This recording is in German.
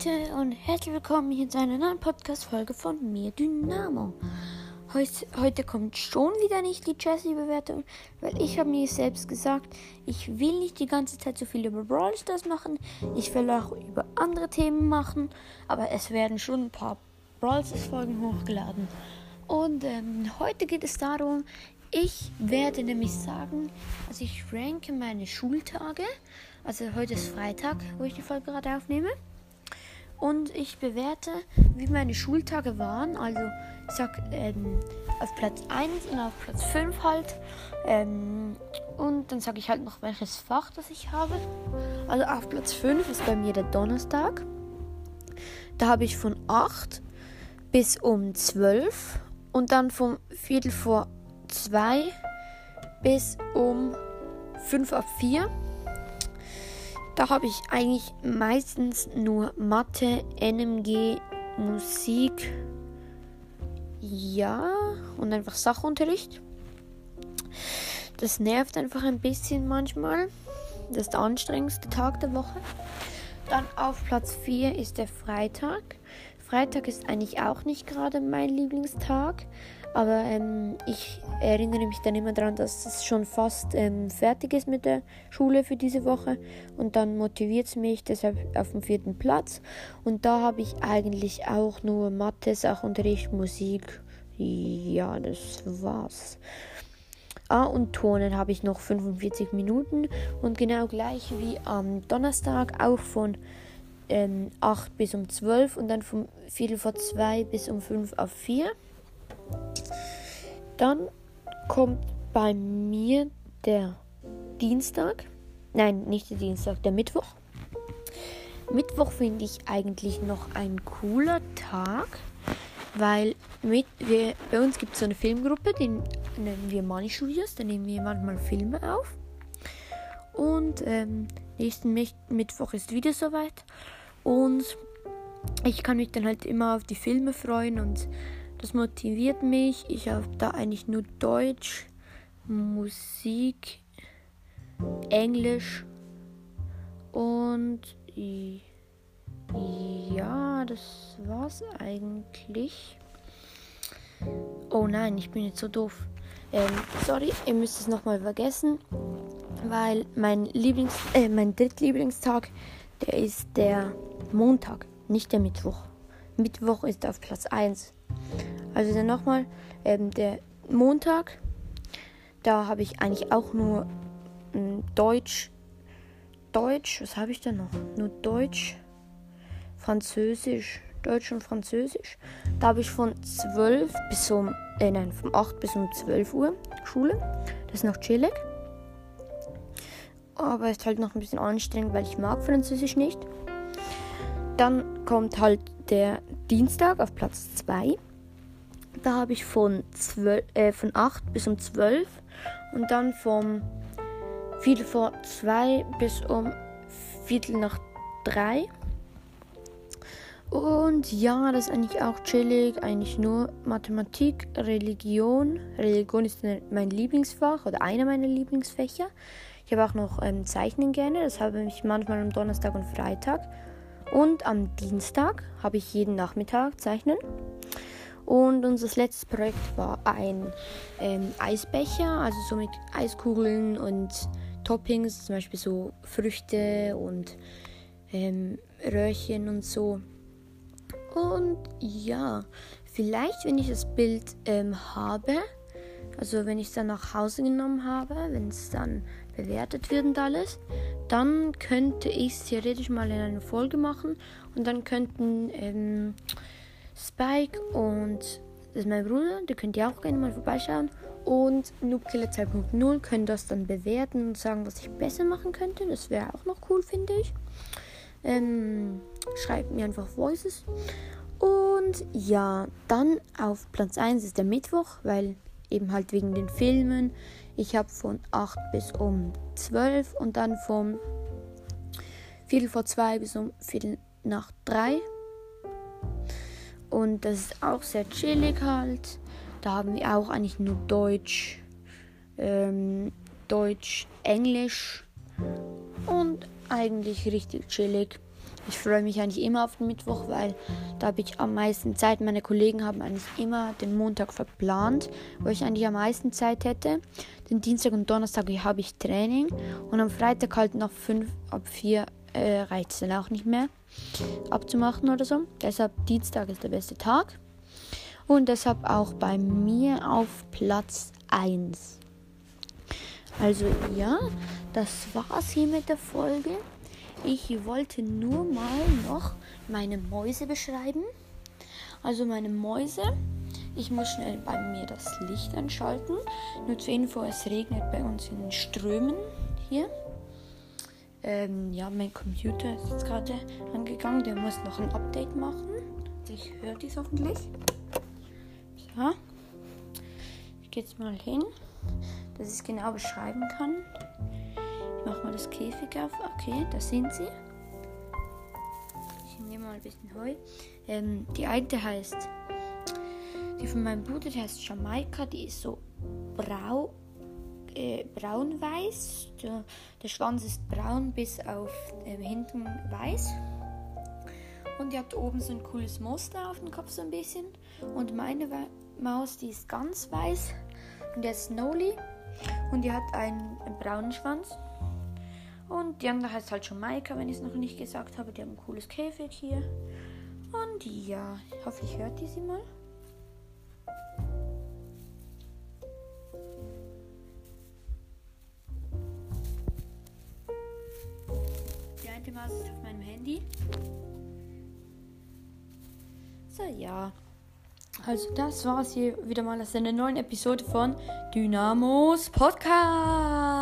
Leute und herzlich willkommen hier zu einer neuen Podcast-Folge von mir, Dynamo. Heute kommt schon wieder nicht die Jessie-Bewertung, weil ich habe mir selbst gesagt, ich will nicht die ganze Zeit so viel über Brawl Stars machen. Ich will auch über andere Themen machen, aber es werden schon ein paar Brawl Stars-Folgen hochgeladen. Und heute geht es darum, ich werde nämlich sagen, also ich ranke meine Schultage. Also heute ist Freitag, wo ich die Folge gerade aufnehme. Und ich bewerte, wie meine Schultage waren. Also ich sag auf Platz 1 und auf Platz 5 halt. Und dann sage ich halt noch, welches Fach das ich habe. Also auf Platz 5 ist bei mir der Donnerstag. Da habe ich von 8 bis um 12. Und dann vom Viertel vor 2 bis um 5 ab 4. Da habe ich eigentlich meistens nur Mathe, NMG, Musik, ja, und einfach Sachunterricht. Das nervt einfach ein bisschen manchmal. Das ist der anstrengendste Tag der Woche. Dann auf Platz 4 ist der Freitag. Freitag ist eigentlich auch nicht gerade mein Lieblingstag, aber ich erinnere mich dann immer daran, dass es schon fast fertig ist mit der Schule für diese Woche und dann motiviert es mich, deshalb auf dem 4. Platz. Und da habe ich eigentlich auch nur Mathe, Sachunterricht, Musik, ja, das war's. Und Turnen habe ich noch 45 Minuten und genau gleich wie am Donnerstag auch von 8 bis um 12 und dann vom Viertel vor 2 bis um 5 auf 4. Dann kommt bei mir der Dienstag. Nein, nicht der Dienstag, der Mittwoch. Mittwoch finde ich eigentlich noch ein cooler Tag, weil bei uns gibt es so eine Filmgruppe, die nennen wir Money Studios, da nehmen wir manchmal Filme auf. Und nächsten Mittwoch ist wieder soweit. Und ich kann mich dann halt immer auf die Filme freuen und das motiviert mich. Ich habe da eigentlich nur Deutsch, Musik, Englisch und ja, das war's eigentlich. Oh nein, ich bin jetzt so doof. Sorry, ihr müsst es nochmal vergessen, weil mein Drittlieblingstag, der ist der Montag, nicht der Mittwoch. Mittwoch ist auf Platz 1. Also dann nochmal, der Montag, da habe ich eigentlich auch nur Deutsch, was habe ich da noch? Nur Deutsch, Französisch, Deutsch und Französisch. Da habe ich von 8 bis um 12 Uhr Schule. Das ist noch chillig. Aber ist halt noch ein bisschen anstrengend, weil ich mag Französisch nicht. Dann kommt halt der Dienstag auf Platz 2. Da habe ich von 8 bis um 12 und dann vom Viertel vor 2 bis um Viertel nach 3. Und ja, das ist eigentlich auch chillig, eigentlich nur Mathematik, Religion. Religion ist mein Lieblingsfach oder einer meiner Lieblingsfächer. Ich habe auch noch Zeichnen gerne, das habe ich manchmal am Donnerstag und Freitag. Und am Dienstag habe ich jeden Nachmittag Zeichnen. Und unser letztes Projekt war ein Eisbecher, also so mit Eiskugeln und Toppings, zum Beispiel so Früchte und Röhrchen und so. Und ja, vielleicht, wenn ich das Bild habe, also wenn ich es dann nach Hause genommen habe, wenn es dann bewertet wird und alles, dann könnte ich es theoretisch mal in einer Folge machen und dann könnten Spike und das ist mein Bruder, der könnt ihr auch gerne mal vorbeischauen, und Noobkiller 2.0 können das dann bewerten und sagen, was ich besser machen könnte. Das wäre auch noch cool, finde ich. Schreibt mir einfach Voices. Und ja, dann auf Platz 1 ist der Mittwoch, weil eben halt wegen den Filmen. Ich habe von 8 bis um 12 und dann vom Viertel vor 2 bis um Viertel nach 3. Und das ist auch sehr chillig halt. Da haben wir auch eigentlich nur Deutsch, Englisch und eigentlich richtig chillig. Ich freue mich eigentlich immer auf den Mittwoch, weil da habe ich am meisten Zeit. Meine Kollegen haben eigentlich immer den Montag verplant, wo ich eigentlich am meisten Zeit hätte. Den Dienstag und Donnerstag habe ich Training und am Freitag halt noch 5 ab 4 reicht es dann auch nicht mehr abzumachen oder so. Deshalb Dienstag ist der beste Tag und deshalb auch bei mir auf Platz 1. Also ja, das war's hier mit der Folge. Ich wollte nur mal noch meine Mäuse beschreiben. Also meine Mäuse. Ich muss schnell bei mir das Licht anschalten. Nur zur Info, es regnet bei uns in Strömen hier. Mein Computer ist jetzt gerade angegangen. Der muss noch ein Update machen. Ich höre dies hoffentlich. So. Ich gehe jetzt mal hin, dass ich es genau beschreiben kann. Ich mache mal das Käfig auf. Okay, da sind sie. Ich nehme mal ein bisschen Heu. Die eine heißt, die von meinem Bruder, die heißt Jamaika. Die ist so braun-weiß. Der Schwanz ist braun bis auf hinten weiß. Und die hat oben so ein cooles Muster auf dem Kopf so ein bisschen. Und meine Maus, die ist ganz weiß. Und der ist Snowly. Und die hat einen braunen Schwanz. Und die andere heißt halt schon Maika, wenn ich es noch nicht gesagt habe. Die haben ein cooles Käfig hier. Und ja, hoffentlich hört ihr sie mal. Die eine Maus ist auf meinem Handy. So, ja. Also das war's hier wieder mal aus einer neuen Episode von Dynamos Podcast.